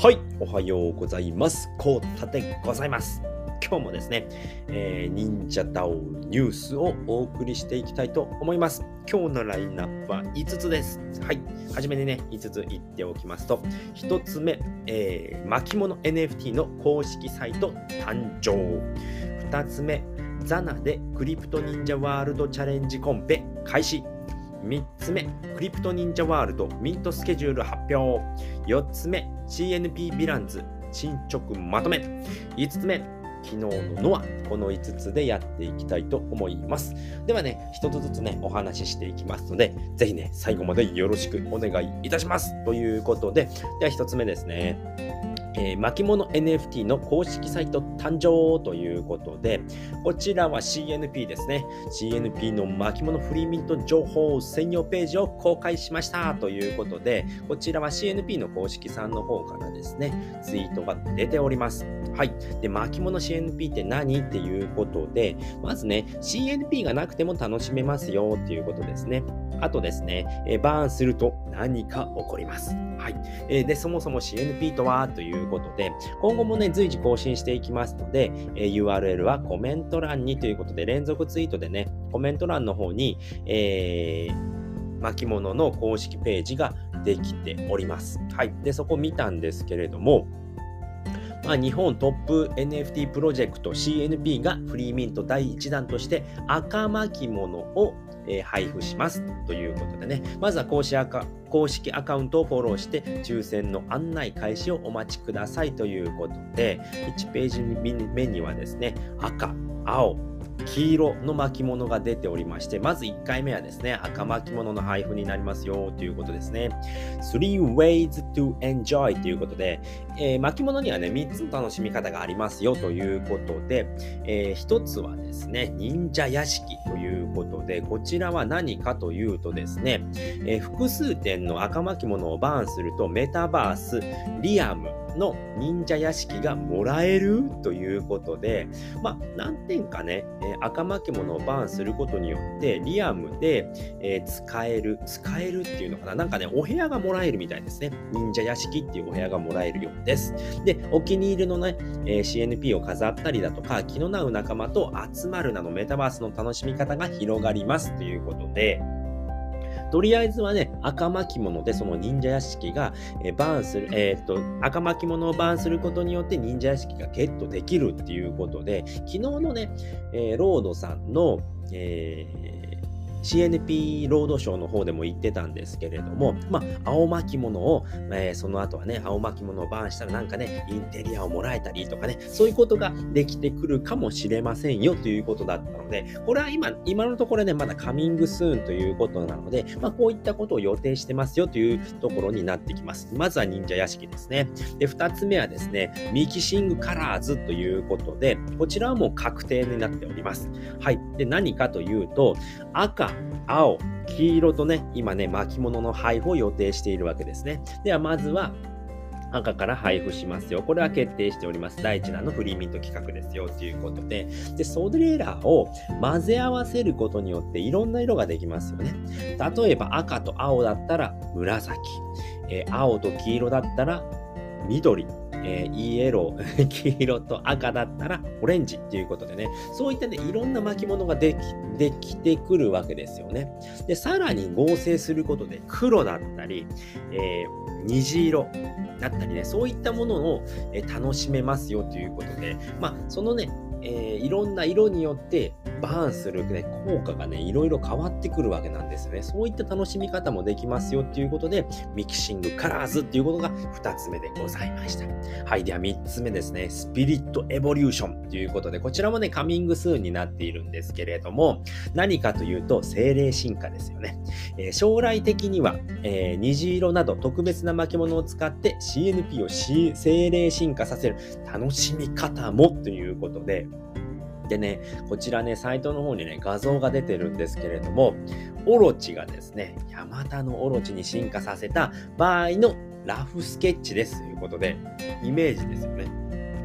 はい、おはようございます。こうたでございます。今日もですね、忍者ダオニュースをお送りしていきたいと思います。今日のラインナップは5つです。はい、はじめにね、5つ言っておきますと、1つ目、巻物 NFT の公式サイト誕生。2つ目、ザナでクリプト忍者ワールドチャレンジコンペ開始。3つ目、クリプト忍者ワールドミントスケジュール発表。4つ目、CNP ヴィランズ進捗まとめ。5つ目、昨日のノア。この5つでやっていきたいと思います。ではね、1つずつね、お話ししていきますので、ぜひね、最後までよろしくお願いいたします。ということで、では1つ目ですね。巻物 NFT の公式サイト誕生ということで、こちらは CNP ですね。CNP の巻物フリーミント情報専用ページを公開しましたということで、こちらは CNP の公式さんの方からですね、ツイートが出ております。はい。で、巻物 CNP って何っていうことで、まずね、CNP がなくても楽しめますよっていうことですね。あとですね、バーンすると何か起こります。はい。で、そもそも CNP とはということで、今後もね、随時更新していきますので、URL はコメント欄にということで、連続ツイートでね、コメント欄の方に、巻物の公式ページができております。はい。で、そこ見たんですけれども、日本トップ NFT プロジェクト CNP がフリーミント第1弾として赤巻物を配布しますということでね、まずは公式アカウントをフォローして抽選の案内開始をお待ちくださいということで、1ページ目にはですね、赤、青、黄色の巻物が出ておりまして、まず1回目はですね、赤巻物の配布になりますよということですね。3 ways to enjoy ということで、巻物にはね、3つの楽しみ方がありますよということで、1つはですね、忍者屋敷ということで、こちらは何かというとですね、複数点の赤巻物をバーンすると、メタバース、リアムの忍者屋敷がもらえるということで、何点かね、赤巻物をバーンすることによって、リアムで、使えるっていうのかな、なんかね、お部屋がもらえるみたいですね。忍者屋敷っていうお部屋がもらえるようです。で、お気に入りのね、CNP を飾ったりだとか、気の合う仲間と集まるなどメタバースの楽しみ方が広がりますということで、とりあえずはね、赤巻物でその忍者屋敷がバーンする、赤巻物をバーンすることによって忍者屋敷がゲットできるっていうことで、昨日のね、ロードさんの、CNP ロードショーの方でも言ってたんですけれども、青巻物を、その後はね、青巻物をバーンしたらなんかね、インテリアをもらえたりとかね、そういうことができてくるかもしれませんよということだったので、これは今のところね、まだカミングスーンということなので、こういったことを予定してますよというところになってきます。まずは忍者屋敷ですね。で、2つ目はですね、ミキシングカラーズということで、こちらはもう確定になっております。はい。で、何かというと、赤、青、黄色とね、今ね、巻物の配布を予定しているわけですね。では、まずは、赤から配布しますよ。これは決定しております。第1弾のフリーミント企画ですよということで、それらを混ぜ合わせることによっていろんな色ができますよね。例えば赤と青だったら紫、青と黄色だったら緑、イエロー、黄色と赤だったらオレンジっていうことでね、そういったね、いろんな巻物ができてくるわけですよね。で、さらに合成することで黒だったり、虹色だったりね、そういったものを楽しめますよということで、そのね、いろんな色によってバーンする、ね、効果がね、いろいろ変わってくるわけなんですよね。そういった楽しみ方もできますよっていうことで、ミキシングカラーズっていうことが2つ目でございました。はい。では3つ目ですね。スピリットエボリューションということで、こちらもね、カミングスーンになっているんですけれども、何かというと、精霊進化ですよね。将来的には、虹色など特別な巻物を使って CNP を精霊進化させる楽しみ方もということで、でね、こちらね、サイトの方にね、画像が出てるんですけれども、オロチがですね、ヤマタのオロチに進化させた場合のラフスケッチですということで、イメージですよね。こん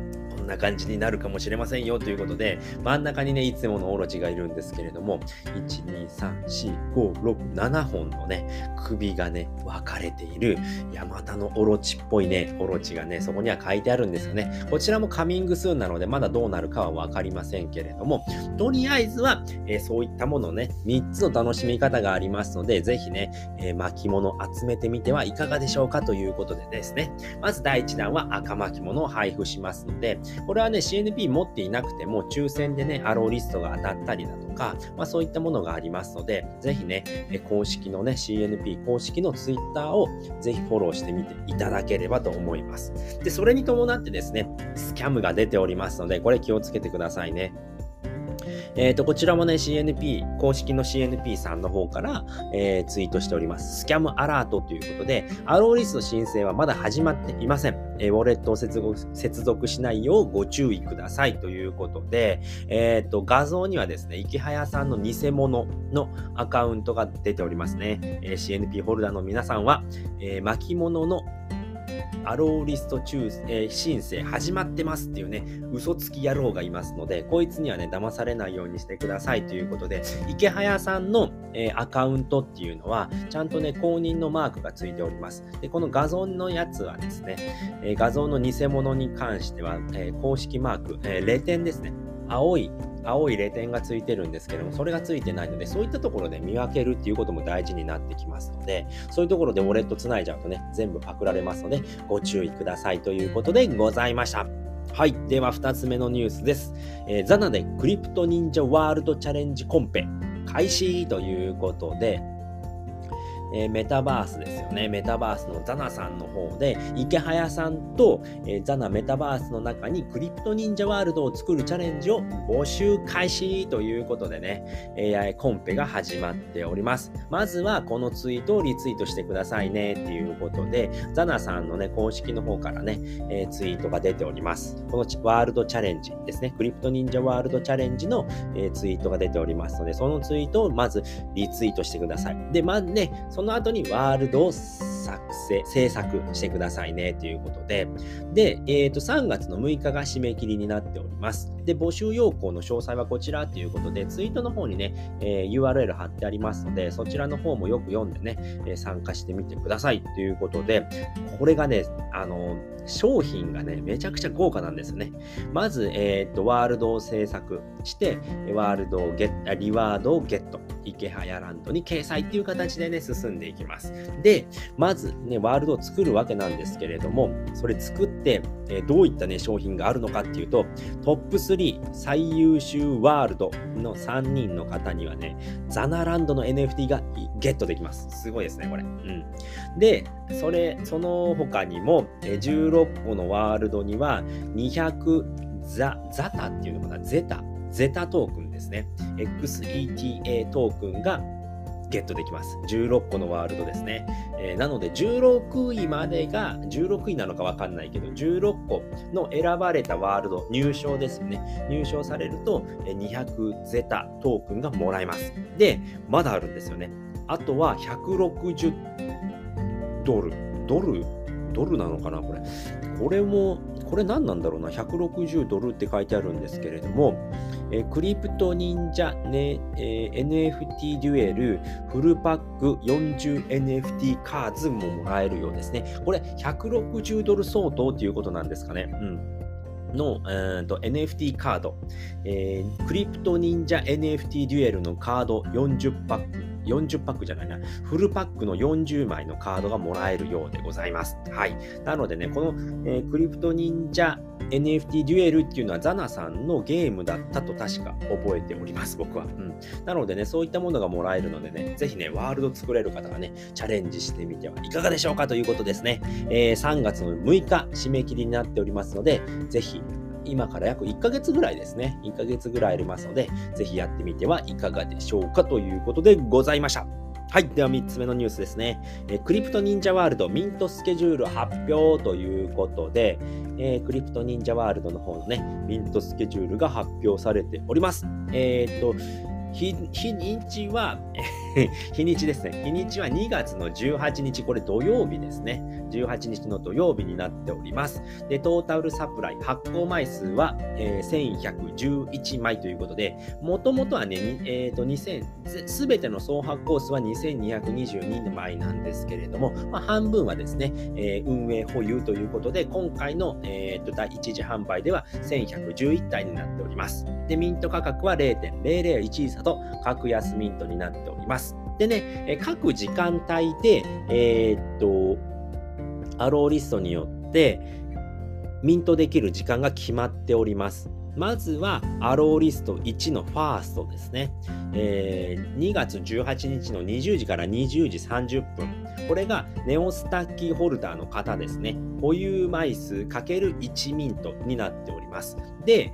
な感じになるかもしれませんよということで、真ん中にね、いつものオロチがいるんですけれども、1、2、3、4、5、6、7本のね、首がね、分かれている、ヤマタノオロチっぽいね、オロチがね、そこには書いてあるんですよね。こちらもカミングスーンなので、まだどうなるかは分かりませんけれども、とりあえずは、そういったものね、3つの楽しみ方がありますので、ぜひね、巻物集めてみてはいかがでしょうかということでですね、まず第1弾は赤巻物を配布しますので、これはね、CNP 持っていなくても、抽選でね、アローリストが当たったりだとか、そういったものがありますので、ぜひね、公式のね、CNP 公式の Twitter をぜひフォローしてみていただければと思います。で、それに伴ってですね、スキャムが出ておりますので、これ気をつけてくださいね。こちらもね、CNP、公式の CNP さんの方から、ツイートしております。スキャムアラートということで、アローリスト申請はまだ始まっていません。ウォレットを接続しないようご注意くださいということで、画像にはですね、池早さんの偽物のアカウントが出ておりますね。CNP ホルダーの皆さんは、巻物のアローリスト申請始まってますっていうね、嘘つき野郎がいますので、こいつにはね、騙されないようにしてくださいということで、池早さんの、アカウントっていうのは、ちゃんとね、公認のマークがついております。で、この画像のやつはですね、画像の偽物に関しては、公式マーク、レ点ですね。青いレ点がついてるんですけども、それがついてないので、そういったところで見分けるっていうことも大事になってきますので、そういうところでウォレットつないじゃうとね、全部パクられますので、ご注意くださいということでございました。はい。では、2つ目のニュースです。ザナでクリプト忍者ワールドチャレンジコンペ開始ということで、メタバースですよね。メタバースのザナさんの方で、池早さんと、ザナメタバースの中にクリプト忍者ワールドを作るチャレンジを募集開始ということでね、AI コンペが始まっております。まずはこのツイートをリツイートしてくださいねっていうことで、ザナさんのね、公式の方からね、ツイートが出ております。このワールドチャレンジですね。クリプト忍者ワールドチャレンジの、ツイートが出ておりますので、そのツイートをまずリツイートしてください。で、まずね、その後にワールドを制作してくださいねということで、3月の6日が締め切りになっております。で、募集要項の詳細はこちらということで、ツイートの方にね、URL 貼ってありますので、そちらの方もよく読んでね、参加してみてくださいということで、これがね、商品がね、めちゃくちゃ豪華なんですよね。まず、ワールドを制作して、リワードをゲット。池早ランドに掲載っていう形でね、進んでいきます。で、まずね、ワールドを作るわけなんですけれども、それ作って、どういったね、商品があるのかっていうと、トップ3最優秀ワールドの3人の方にはね、ザナランドの NFT がゲットできます。すごいですね、これ。で、その他にも、16個のワールドには、200ザタっていうのかな、ゼタトークンですね。XETA トークンがゲットできます。16個のワールドですね。なので、16位までが、16位なのかわかんないけど、16個の選ばれたワールド、入賞ですよね。入賞されると、200ゼタトークンがもらえます。で、まだあるんですよね。あとは、160ドルなのかなこれ。これ何なんだろうな。160ドルって書いてあるんですけれども、クリプト忍者、NFT デュエルフルパック 40NFT カーズももらえるようですね。これ160ドル相当ということなんですかね。のNFT カード、クリプト忍者 NFT デュエルのカード40パックじゃないな、フルパックの40枚のカードがもらえるようでございます。はい。なのでね、この、クリプト忍者 NFT デュエルっていうのはザナさんのゲームだったと確か覚えております、僕は。なのでね、そういったものがもらえるのでね、ぜひね、ワールド作れる方がね、チャレンジしてみてはいかがでしょうかということですね。3月の6日締め切りになっておりますので、ぜひ今から約1ヶ月ぐらいですね。1ヶ月ぐらいありますので、ぜひやってみてはいかがでしょうかということでございました。はい。では3つ目のニュースですね。クリプト忍者ワールドミントスケジュール発表ということで、クリプト忍者ワールドの方のね、ミントスケジュールが発表されております。 日にちは、日にちですね。日にちは2月の18日、これ土曜日ですね。18日の土曜日になっております。で、トータルサプライ、発行枚数は、1111枚ということで、もともとはね、すべての総発行数は2222枚なんですけれども、半分はですね、運営保有ということで、今回の、第一次販売では1111体になっております。で、ミント価格は 0.001 イーサと格安ミントになっております。でね、各時間帯で、アローリストによってミントできる時間が決まっております。まずはアローリスト1のファーストですね。2月18日の20時から20時30分。これがネオスタッキーホルダーの方ですね。保有枚数 ×1 ミントになっております。で、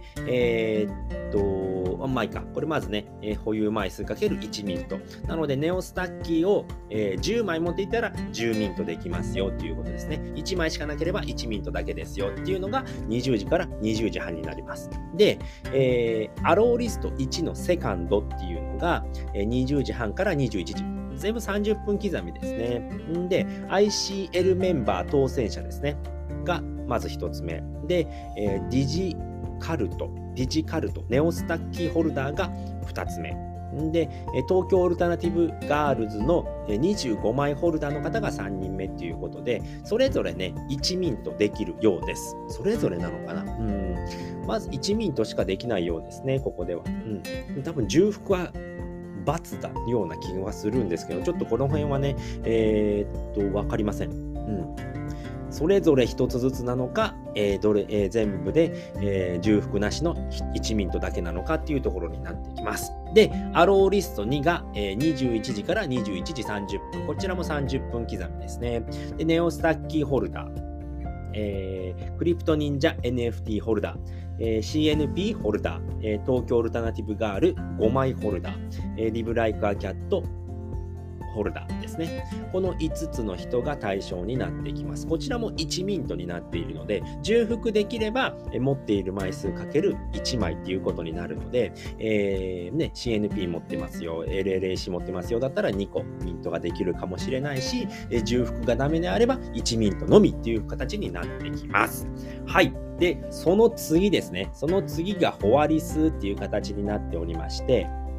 まあいいか。これまずね、保有枚数 ×1 ミント。なので、ネオスタッキーを、10枚持っていたら10ミントできますよっていうことですね。1枚しかなければ1ミントだけですよっていうのが20時から20時半になります。で、アローリスト1のセカンドっていうのが、20時半から21時。全部30分刻みですね。で、ICL メンバー当選者ですね。が、まず1つ目。で、ディジカルト、ネオスタッキーホルダーが2つ目。で、東京オルタナティブガールズの25枚ホルダーの方が3人目ということで、それぞれね、1ミントできるようです。それぞれなのかな？まず1ミントしかできないようですね、ここでは。多分重複は×だような気がするんですけど、ちょっとこの辺はね、わかりません。それぞれ一つずつなのか、全部で、重複なしの1ミントだけなのかっていうところになってきます。で、アローリスト2が、21時から21時30分。こちらも30分刻みですね。で、ネオスタッキーホルダー、クリプト忍者 NFT ホルダー、CNP ホルダー、東京オルタナティブガール5枚ホルダー、リブライカーキャットホルダーですね。この5つの人が対象になってきます。こちらも1ミントになっているので、重複できれば持っている枚数かける1枚っていうことになるので、CNP 持ってますよ、LLAC 持ってますよだったら2個ミントができるかもしれないし、重複がダメであれば1ミントのみっていう形になってきます。はい。で、その次ですね。その次がホワリスっていう形になっておりまして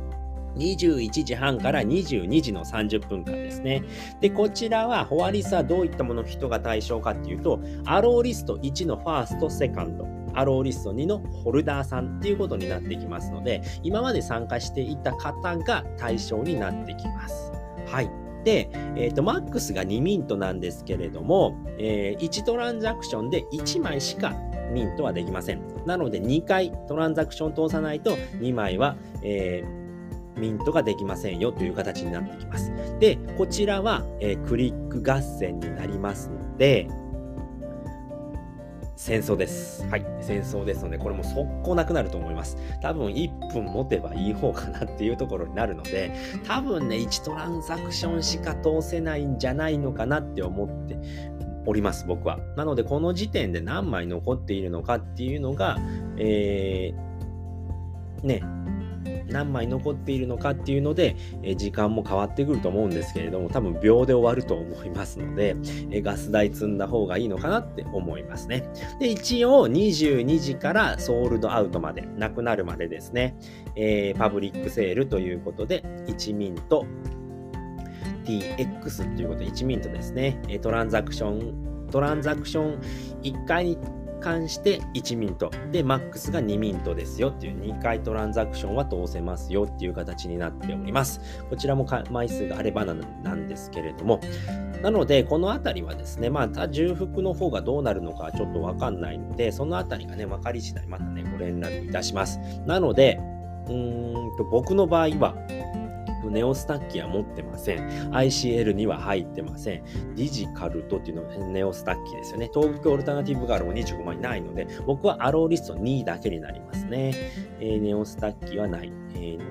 、21時半から22時の30分間ですね。で、こちらは、ホワリスはどういったもの人が対象かっていうと、アローリスト1のファースト、セカンド、アローリスト2のホルダーさんっていうことになってきますので、今まで参加していた方が対象になってきます。はい。で、マックスが2ミントなんですけれども、1トランザクションで1枚しかミントはできません。なので、2回トランザクション通さないと2枚は、ミントができませんよという形になってきます。で、こちらは、クリック合戦になりますので、戦争です。はい、戦争ですので、これも速攻なくなると思います。多分1分持てばいい方かなっていうところになるので、多分ね、1トランザクションしか通せないんじゃないのかなって思っております、僕は。なので、この時点で何枚残っているのかっていうのが、何枚残っているのかっていうので、時間も変わってくると思うんですけれども、多分秒で終わると思いますので、ガス代積んだ方がいいのかなって思いますね。で、一応22時からソールドアウトまで、なくなるまでですね、パブリックセールということで、1ミント TX ということで1ミントですね。トランザクション1回に関して1ミントでマックスが2ミントですよっていう2回トランザクションは通せますよっていう形になっております。こちらも枚数があればなんですけれども、なのでこのあたりはですね、重複の方がどうなるのかちょっとわかんないので、そのあたりがね分かり次第またねご連絡いたします。なので僕の場合はネオスタッキーは持ってません。ICL には入ってません。ディジカルトっていうのはネオスタッキーですよね。東京オルタナティブガールも25枚ないので、僕はアローリスト2だけになりますね。ネオスタッキーはない。クリプ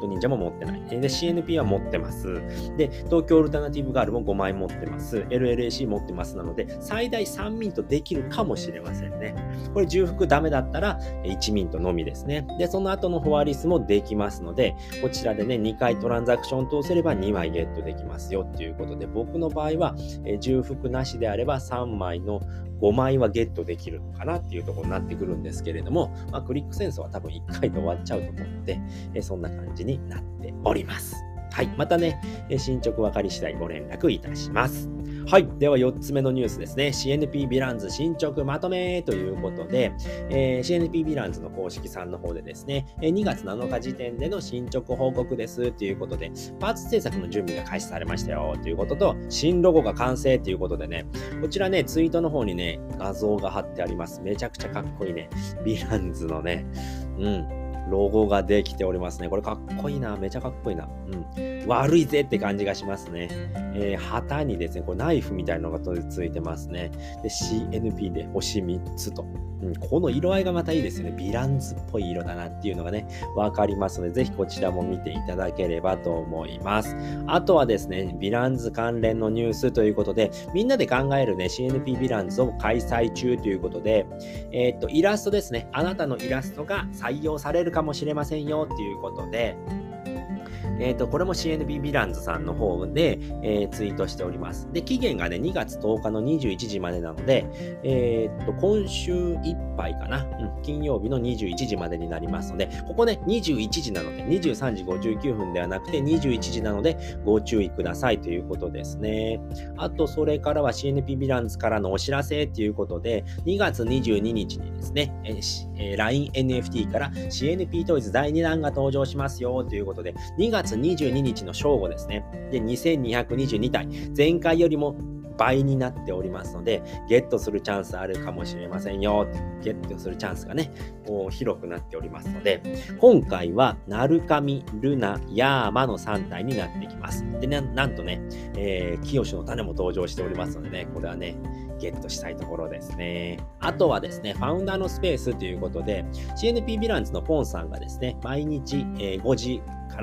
ト忍者も持ってない。で、CNP は持ってます。で、東京オルタナティブガールも5枚持ってます。LLAC 持ってますなので、最大3ミントできるかもしれませんね。これ重複ダメだったら1ミントのみですね。で、その後のフォアリスもできますので、こちらでね、2回トランザクション通せれば2枚ゲットできますよっていうことで、僕の場合は重複なしであれば3枚の5枚はゲットできるのかなっていうところになってくるんですけれども、クリック戦争は多分1回で終わっちゃうと思うので、そんな感じになっております。はい。またね、進捗分かり次第ご連絡いたします。はい。では4つ目のニュースですね。CNP ヴィランズ進捗まとめということで、CNP ヴィランズの公式さんの方でですね、2月7日時点での進捗報告ですということで、パーツ制作の準備が開始されましたよということと、新ロゴが完成ということでね、こちらね、ツイートの方にね、画像が貼ってあります。めちゃくちゃかっこいいね。ヴィランズのね、ロゴができておりますね。これかっこいいな。めちゃかっこいいな。悪いぜって感じがしますね。旗にですね、これナイフみたいなのがついてますね。で、CNP で星3つと。この色合いがまたいいですよね。ヴィランズっぽい色だなっていうのがね、わかりますので、ぜひこちらも見ていただければと思います。あとはですね、ヴィランズ関連のニュースということで、みんなで考えるね、CNP ヴィランズを開催中ということで、イラストですね。あなたのイラストが採用されるかもしれませんよっていうことで、これも CNP ヴィランズさんの方で、ツイートしております。で、期限がね、2月10日の21時までなので、今週いっぱいかな、金曜日の21時までになりますので、ここね、21時なので、23時59分ではなくて21時なので、ご注意くださいということですね。あと、それからは CNP ヴィランズからのお知らせということで、2月22日にですね、LINE NFT から CNP トイズ第2弾が登場しますよということで、2月22日の正午ですね。で、2222体。前回よりも倍になっておりますので、ゲットするチャンスあるかもしれませんよ。ゲットするチャンスがね、広くなっておりますので、今回は、ナルカミ、ルナ、ヤーマの3体になってきます。で、なんとね、清の種も登場しておりますのでね、これはね、ゲットしたいところですね。あとはですね、ファウンダーのスペースということで、CNP ヴィランズのポンさんがですね、毎日、5時から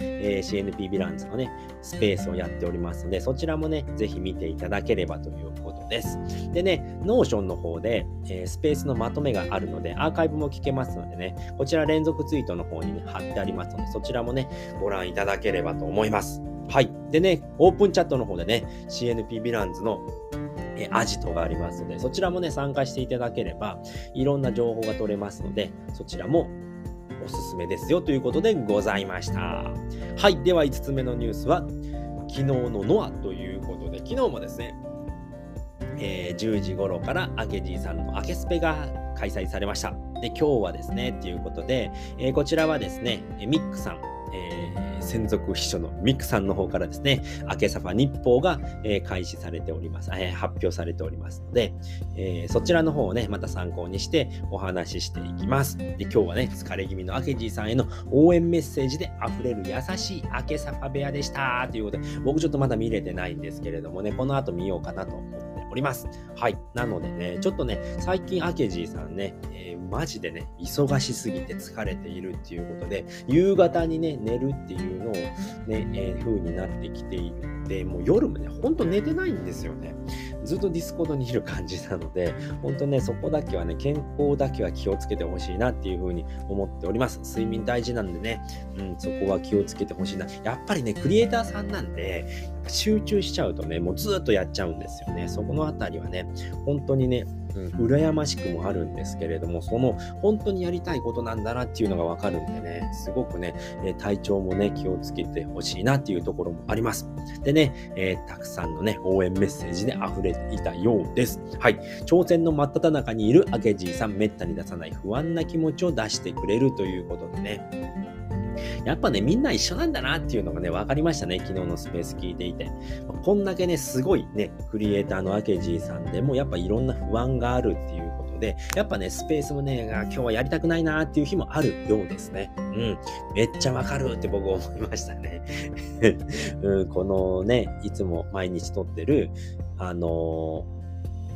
、CNP ヴィランズのね、スペースをやっておりますので、そちらもね、ぜひ見ていただければということです。でね、ノーションの方で、スペースのまとめがあるので、アーカイブも聞けますのでね、こちら連続ツイートの方にね、貼ってありますので、そちらもね、ご覧いただければと思います。はい。でね、オープンチャットの方でね、CNP ヴィランズのアジトがありますので、そちらもね、参加していただければ、いろんな情報が取れますので、そちらもおすすめですよということでございました。はい。では5つ目のニュースは、昨日のノアということで、昨日もですね、10時頃からアケジーさんのアケスペが開催されました。で、今日はですね、ということで、こちらはですね、ミックさん、専属秘書のミックさんの方からですね、明けサファ日報が、開始されております、発表されておりますので、そちらの方をね、また参考にしてお話ししていきます。で、今日はね、疲れ気味のアケジーさんへの応援メッセージで溢れる優しい明けサファ部屋でしたということで、僕ちょっとまだ見れてないんですけれどもね、この後見ようかなと思っております。はい。なのでね、ちょっとね、最近アケジーさんね、マジでね、忙しすぎて疲れているっていうことで、夕方にね、寝るっていうのをね、風になってきているんで、もう夜もね、ほんと寝てないんですよね。ずっとディスコードにいる感じなので、ほんとね、そこだけはね、健康だけは気をつけてほしいなっていう風に思っております。睡眠大事なんでね、そこは気をつけてほしいな。やっぱりね、クリエイターさんなんで、集中しちゃうとね、もうずっとやっちゃうんですよね。そこのあたりはね、本当にね、羨ましくもあるんですけれども、その本当にやりたいことなんだなっていうのがわかるんでね、すごくね、体調もね、気をつけてほしいなっていうところもあります。でね、たくさんのね、応援メッセージで溢れていたようです。はい。挑戦の真っ只中にいるアケジーさん、めったに出さない不安な気持ちを出してくれるということでね、やっぱね、みんな一緒なんだなっていうのがね、分かりましたね。昨日のスペース聞いていて。こんだけね、すごいね、クリエイターのアケジーさんでも、やっぱいろんな不安があるっていうことで、やっぱね、スペースもね、今日はやりたくないなっていう日もあるようですね。めっちゃわかるって僕思いましたね。このね、いつも毎日撮ってる、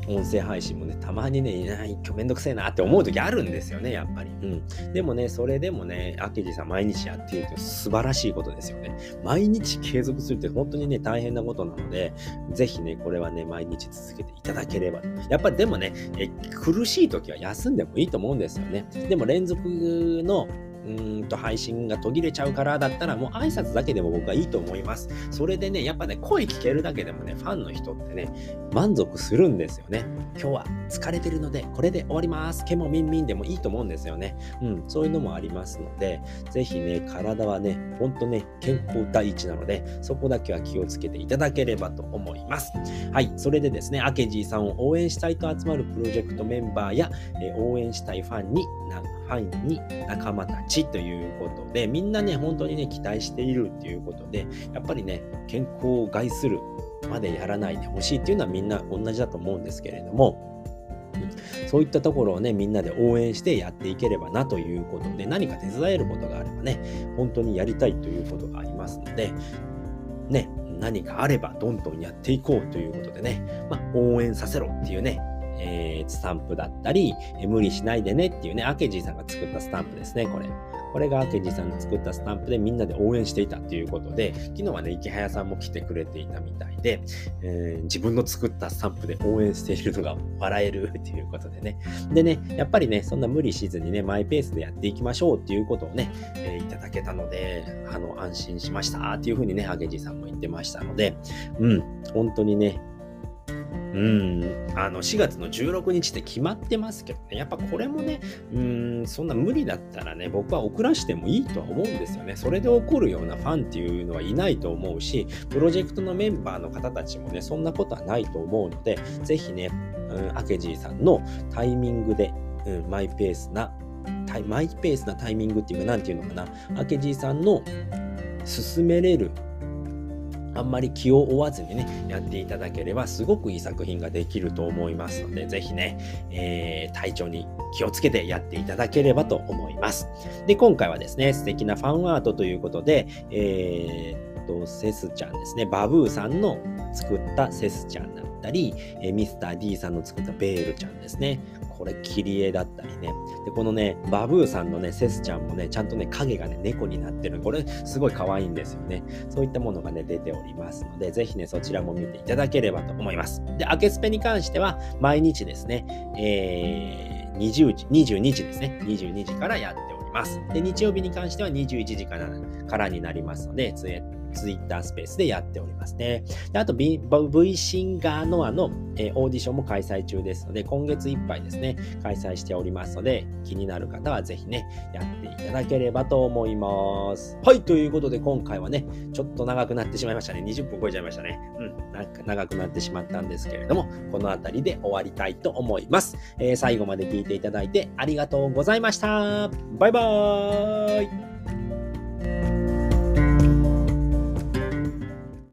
音声配信もね、たまにね、今日めんどくせえなって思う時あるんですよね、やっぱり。でもね、それでもね、明治さん毎日やっていると素晴らしいことですよね。毎日継続するって本当にね、大変なことなので、ぜひね、これはね、毎日続けていただければ。やっぱりでもね、苦しい時は休んでもいいと思うんですよね。でも連続の配信が途切れちゃうからだったらもう挨拶だけでも僕はいいと思います。それでね、やっぱね、声聞けるだけでもね、ファンの人ってね、満足するんですよね。今日は疲れてるので、これで終わります。毛もみんみんでもいいと思うんですよね。そういうのもありますので、ぜひね、体はね、ほんとね、健康第一なので、そこだけは気をつけていただければと思います。はい、それでですね、明治さんを応援したいと集まるプロジェクトメンバーや、応援したいファンに仲間たちということで、みんなね、本当にね、期待しているっていうことで、やっぱりね、健康を害するまでやらないでほしいっていうのはみんな同じだと思うんですけれども、そういったところをね、みんなで応援してやっていければなということで、何か手伝えることがあればね、本当にやりたいということがありますので、ね、何かあればどんどんやっていこうということでね、応援させろっていうね、スタンプだったり、無理しないでねっていうね、明治さんが作ったスタンプですね、これ。これが明治さんが作ったスタンプでみんなで応援していたっていうことで、昨日はね、池早さんも来てくれていたみたいで、自分の作ったスタンプで応援しているのが笑えるっていうことでね。でね、やっぱりね、そんな無理しずにね、マイペースでやっていきましょうっていうことをね、いただけたので、安心しましたっていうふうにね、明治さんも言ってましたので、本当にね、4月の16日って決まってますけどね、やっぱこれもね、そんな無理だったらね、僕は遅らしてもいいとは思うんですよね。それで起こるようなファンっていうのはいないと思うし、プロジェクトのメンバーの方たちもね、そんなことはないと思うので、ぜひね、明治さんのタイミングで、マイペースなタイミングっていうか、なんていうのかな、明治さんの進めれる、あんまり気を負わずにね、やっていただければすごくいい作品ができると思いますので、ぜひね、体調に気をつけてやっていただければと思います。で、今回はですね、素敵なファンアートということで、セスちゃんですね、バブーさんの作ったセスちゃんだったり、ミスター D さんの作ったベールちゃんですね。これ切り絵だったりね。で、このね、バブーさんのね、セスちゃんもね、ちゃんとね、影がね、猫になってる。これ、すごい可愛いんですよね。そういったものがね、出ておりますので、ぜひね、そちらも見ていただければと思います。で、明けスペに関しては、毎日ですね、22時ですね。22時からやっております。で、日曜日に関しては21時からになりますので、ツイッタースペースでやっておりますね。で、あと V シンガーノアの、オーディションも開催中ですので、今月いっぱいですね、開催しておりますので、気になる方はぜひね、やっていただければと思います。はい、ということで今回はね、ちょっと長くなってしまいましたね。20分超えちゃいましたね。なんか長くなってしまったんですけれども、この辺りで終わりたいと思います。最後まで聞いていただいてありがとうございました。バイバーイ。